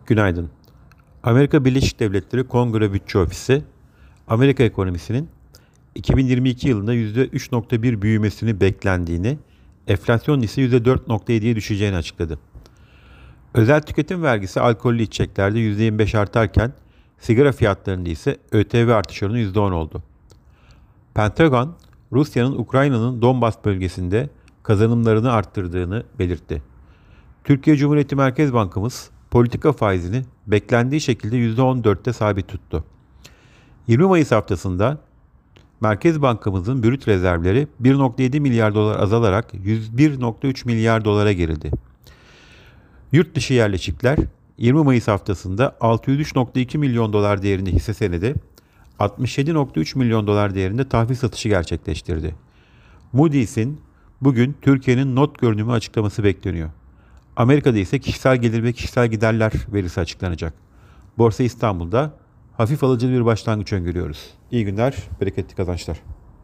Günaydın. Amerika Birleşik Devletleri Kongre Bütçe Ofisi, Amerika ekonomisinin 2022 yılında %3,1 büyümesini beklendiğini, enflasyon ise %4,7'ye düşeceğini açıkladı. Özel tüketim vergisi alkollü içeceklerde %25 artarken, sigara fiyatlarında ise ÖTV artış oranı %10 oldu. Pentagon, Rusya'nın Ukrayna'nın Donbas bölgesinde kazanımlarını arttırdığını belirtti. Türkiye Cumhuriyeti Merkez Bankamız politika faizini beklendiği şekilde %14'te sabit tuttu. 20 Mayıs haftasında Merkez Bankamızın brüt rezervleri 1,7 milyar dolar azalarak 101,3 milyar dolara gerildi. Yurt dışı yerleşikler 20 Mayıs haftasında 603,2 milyon dolar değerinde hisse senedi, 67,3 milyon dolar değerinde tahvil satışı gerçekleştirdi. Moody's'in bugün Türkiye'nin not görünümü açıklaması bekleniyor. Amerika'da ise kişisel gelir ve kişisel giderler verisi açıklanacak. Borsa İstanbul'da hafif alıcı bir başlangıç öngörüyoruz. İyi günler, bereketli kazançlar.